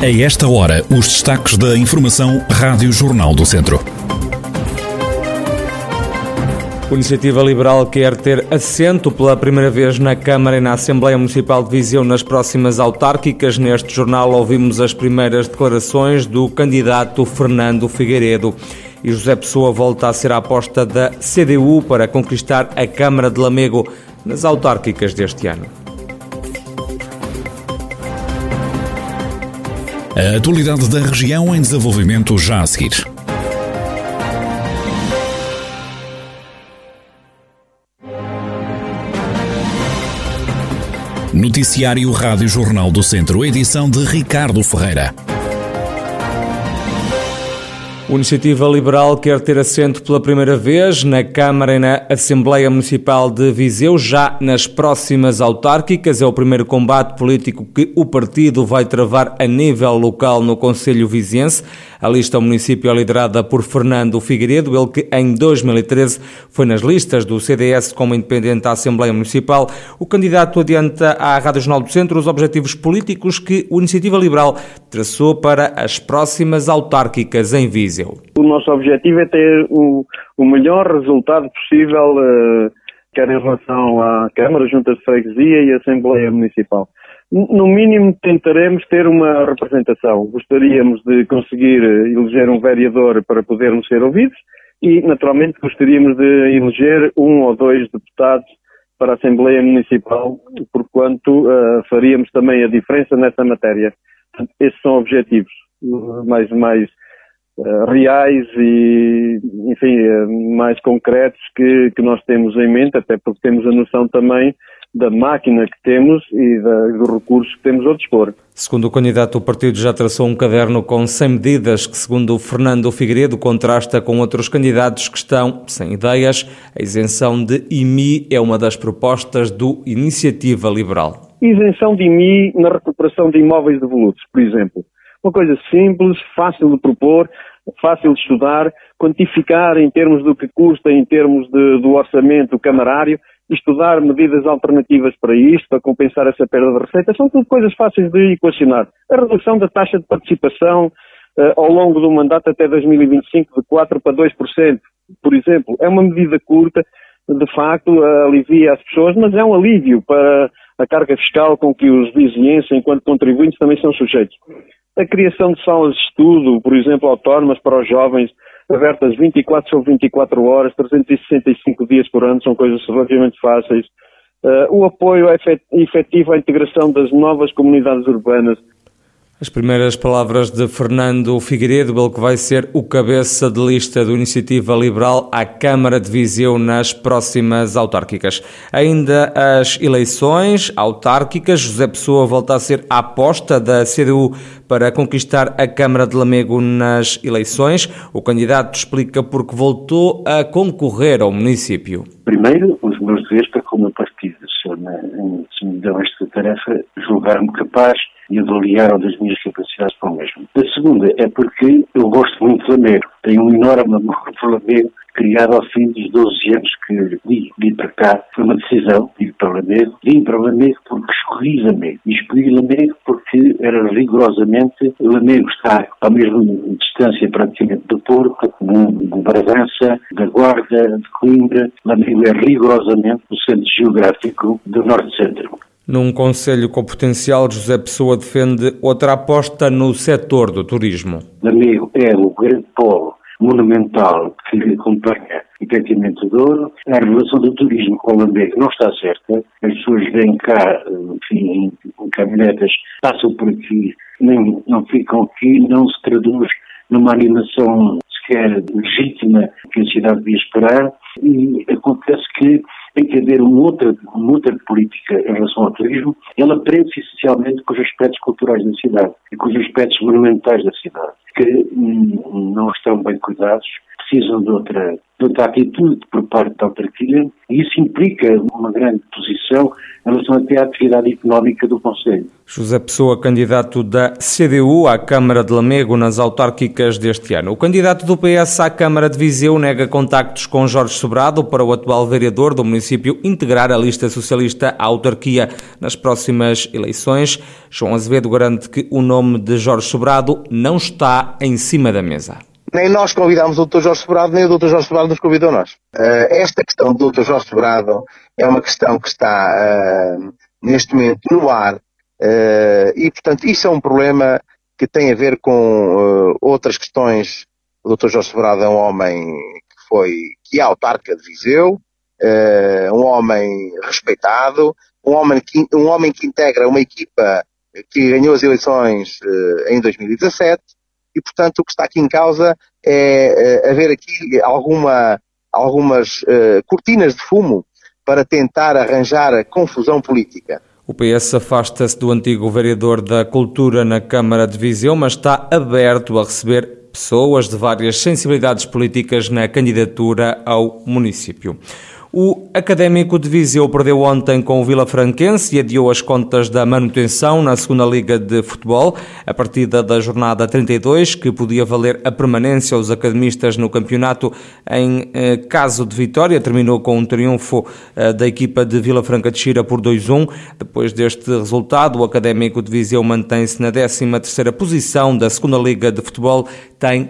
A esta hora, os destaques da Informação Rádio Jornal do Centro. A Iniciativa Liberal quer ter assento pela primeira vez na Câmara e na Assembleia Municipal de Viseu nas próximas autárquicas. Neste jornal ouvimos as primeiras declarações do candidato Fernando Figueiredo. E José Pessoa volta a ser a aposta da CDU para conquistar a Câmara de Lamego nas autárquicas deste ano. A atualidade da região em desenvolvimento já a seguir. Noticiário Rádio Jornal do Centro, edição de Ricardo Ferreira. A Iniciativa Liberal quer ter assento pela primeira vez na Câmara e na Assembleia Municipal de Viseu, já nas próximas autárquicas. É o primeiro combate político que o partido vai travar a nível local no Concelho Viziense. A lista ao município é liderada por Fernando Figueiredo, ele que em 2013 foi nas listas do CDS como independente à Assembleia Municipal. O candidato adianta à Rádio Jornal do Centro os objetivos políticos que a Iniciativa Liberal traçou para as próximas autárquicas em Viseu. O nosso objetivo é ter o melhor resultado possível, quer em relação à Câmara, Junta de Freguesia e Assembleia Municipal. No mínimo tentaremos ter uma representação. Gostaríamos de conseguir eleger um vereador para podermos ser ouvidos e, naturalmente, gostaríamos de eleger um ou dois deputados para a Assembleia Municipal, porquanto faríamos também a diferença nessa matéria. Esses são objetivos mais reais e, enfim, mais concretos que nós temos em mente, até porque temos a noção também da máquina que temos e dos recursos que temos ao dispor. Segundo o candidato, o partido já traçou um caderno com 100 medidas que, segundo o Fernando Figueiredo, contrasta com outros candidatos que estão sem ideias. A isenção de IMI é uma das propostas do Iniciativa Liberal. Isenção de IMI na recuperação de imóveis devolutos, por exemplo. Uma coisa simples, fácil de propor, fácil de estudar, quantificar em termos do que custa, em termos do orçamento camarário, estudar medidas alternativas para isto, para compensar essa perda de receita. São tudo coisas fáceis de equacionar. A redução da taxa de participação ao longo do mandato até 2025 de 4% para 2%, por exemplo, é uma medida curta, de facto alivia as pessoas, mas é um alívio para a carga fiscal com que os vizienses, enquanto contribuintes, também são sujeitos. A criação de salas de estudo, por exemplo, autónomas para os jovens, abertas 24 sobre 24 horas, 365 dias por ano, são coisas relativamente fáceis. O apoio efetivo à integração das novas comunidades urbanas. As primeiras palavras de Fernando Figueiredo, ele que vai ser o cabeça de lista do Iniciativa Liberal à Câmara de Viseu nas próximas autárquicas. Ainda as eleições autárquicas, José Pessoa volta a ser a aposta da CDU para conquistar a Câmara de Lamego nas eleições. O candidato explica porque voltou a concorrer ao município. Primeiro, os meus deveres para com o meu partido. Se me dão esta tarefa, julgar-me capaz e avaliar das minhas capacidades para o mesmo. A segunda é porque eu gosto muito de Lamego. Tenho um enorme amor por Lamego, criado ao fim dos 12 anos que vim para cá. Foi uma decisão de ir para Lamego. Vim para Lamego porque escolhi Lamego. E escolhi Lamego porque era rigorosamente... Lamego está à mesma distância praticamente do Porto, de Bragança, da Guarda, de Coimbra. Lamego é rigorosamente o centro geográfico do Norte-Centro. Num concelho com potencial, José Pessoa defende outra aposta no setor do turismo. Lamego é o grande polo monumental que acompanha efetivamente o Douro. A relação do turismo com o Lamego não está certa. As pessoas vêm cá, enfim, em caminhonetas, passam por aqui, não ficam aqui, não se traduz numa animação sequer legítima que a cidade devia esperar. E acontece que tem que haver uma outra política em relação ao turismo. Ela prende-se essencialmente com os aspectos culturais da cidade e com os aspectos monumentais da cidade, que não estão bem cuidados, precisam de outra atitude por parte da autarquia, e isso implica uma grande posição em relação até à atividade económica do Conselho. José Pessoa, candidato da CDU à Câmara de Lamego nas autárquicas deste ano. O candidato do PS à Câmara de Viseu nega contactos com Jorge Sobrado para o atual vereador do município integrar a lista socialista à autarquia nas próximas eleições. João Azevedo garante que o nome de Jorge Sobrado não está em cima da mesa. Nem nós convidámos o Dr. Jorge Sobrado, nem o Dr. Jorge Sobrado nos convidou a nós. Esta questão do Dr. Jorge Sobrado é uma questão que está, neste momento, no ar. E, portanto, isso é um problema que tem a ver com outras questões. O Dr. Jorge Sobrado é um homem que é autarca de Viseu, um homem respeitado, um homem que integra uma equipa que ganhou as eleições em 2017. E, portanto, o que está aqui em causa é haver aqui algumas cortinas de fumo para tentar arranjar a confusão política. O PS afasta-se do antigo vereador da Cultura na Câmara de Viseu, mas está aberto a receber pessoas de várias sensibilidades políticas na candidatura ao município. O Académico de Viseu perdeu ontem com o Vilafranquense e adiou as contas da manutenção na segunda Liga de Futebol. A partida da jornada 32, que podia valer a permanência aos academistas no campeonato em caso de vitória, terminou com um triunfo da equipa de Vilafranca de Xira por 2-1. Depois deste resultado, o Académico de Viseu mantém-se na 13ª posição da segunda Liga de Futebol, tem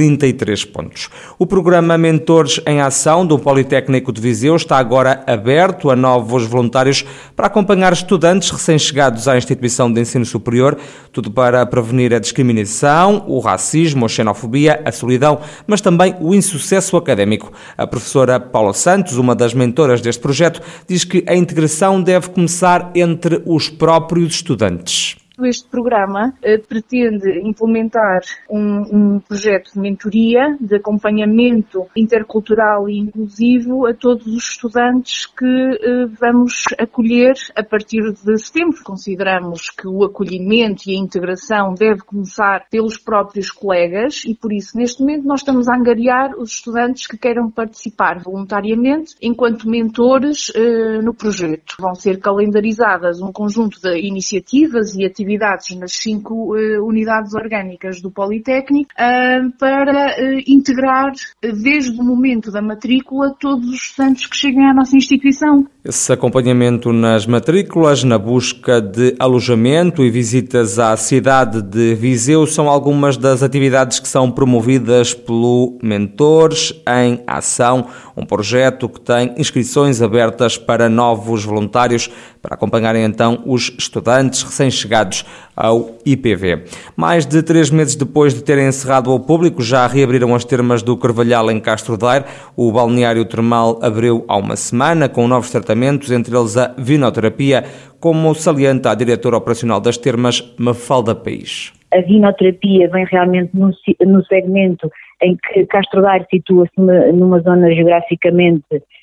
33 pontos. O programa Mentores em Ação do Politécnico de Viseu está agora aberto a novos voluntários para acompanhar estudantes recém-chegados à instituição de ensino superior, tudo para prevenir a discriminação, o racismo, a xenofobia, a solidão, mas também o insucesso académico. A professora Paula Santos, uma das mentoras deste projeto, diz que a integração deve começar entre os próprios estudantes. Este programa pretende implementar um projeto de mentoria, de acompanhamento intercultural e inclusivo a todos os estudantes que vamos acolher a partir de setembro. Consideramos que o acolhimento e a integração deve começar pelos próprios colegas e, por isso, neste momento, nós estamos a angariar os estudantes que queiram participar voluntariamente enquanto mentores no projeto. Vão ser calendarizadas um conjunto de iniciativas e atividades nas 5 unidades orgânicas do Politécnico para integrar desde o momento da matrícula todos os estudantes que cheguem à nossa instituição. Esse acompanhamento nas matrículas, na busca de alojamento e visitas à cidade de Viseu são algumas das atividades que são promovidas pelo Mentores em Ação, um projeto que tem inscrições abertas para novos voluntários para acompanharem então os estudantes recém-chegados ao IPV. Mais de 3 meses depois de terem encerrado ao público, já reabriram as termas do Carvalhal em Castro Daire. O balneário termal abriu há uma semana com novos tratamentos, entre eles a vinoterapia, como salienta a diretora operacional das termas, Mafalda País. A vinoterapia vem realmente no segmento em que Castro Daire situa-se numa zona geograficamente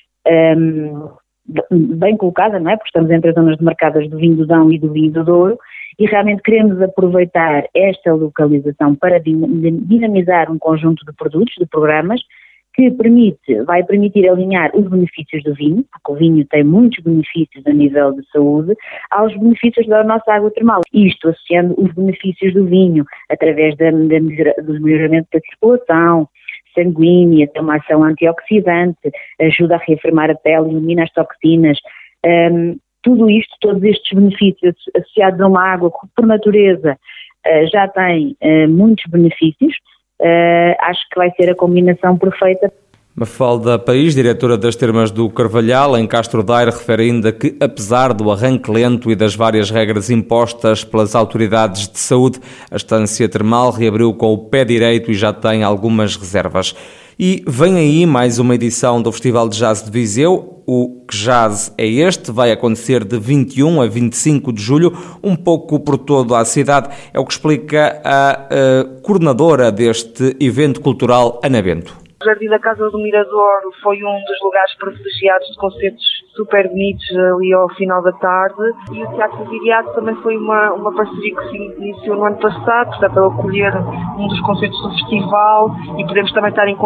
bem colocada, não é? Porque estamos entre as zonas demarcadas do vinho do Dão e do vinho do Douro e realmente queremos aproveitar esta localização para dinamizar um conjunto de produtos, de programas, que vai permitir alinhar os benefícios do vinho, porque o vinho tem muitos benefícios a nível de saúde, aos benefícios da nossa água termal. Isto associando os benefícios do vinho através do melhoramento da circulação sanguínea, tem uma ação antioxidante, ajuda a reafirmar a pele, elimina as toxinas. Tudo isto, todos estes benefícios associados a uma água que, por natureza, já tem muitos benefícios. Acho que vai ser a combinação perfeita. Mafalda País, diretora das termas do Carvalhal, em Castro Daire, refere ainda que, apesar do arranque lento e das várias regras impostas pelas autoridades de saúde, a estância termal reabriu com o pé direito e já tem algumas reservas. E vem aí mais uma edição do Festival de Jazz de Viseu. O Que Jazz é este? Vai acontecer de 21 a 25 de julho, um pouco por toda a cidade. É o que explica a coordenadora deste evento cultural, Ana Bento. O Jardim da Casa do Miradouro foi um dos lugares privilegiados de concertos super bonitos ali ao final da tarde, e o Teatro Viriato também foi uma parceria que se iniciou no ano passado, portanto, a acolher um dos concertos do festival, e podemos também estar em contexto de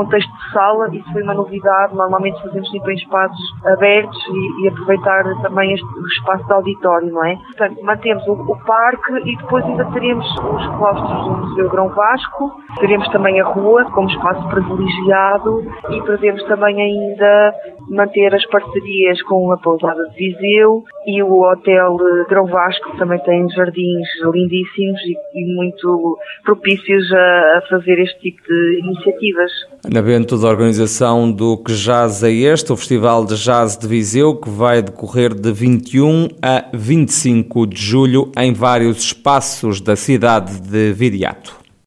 sala, isso foi uma novidade. Normalmente fazemos sempre em espaços abertos e aproveitar também o espaço de auditório, não é? Portanto, mantemos o parque e depois ainda teremos os claustros do Museu Grão Vasco, teremos também a rua como espaço privilegiado e podemos também ainda manter as parcerias com a Pousada de Viseu e o Hotel Grão Vasco, que também tem jardins lindíssimos e muito propícios a fazer este tipo de iniciativas. Ana Bento, da organização do Que Jazz é Este, o Festival de Jazz de Viseu, que vai decorrer de 21 a 25 de julho em vários espaços da cidade de Viriato.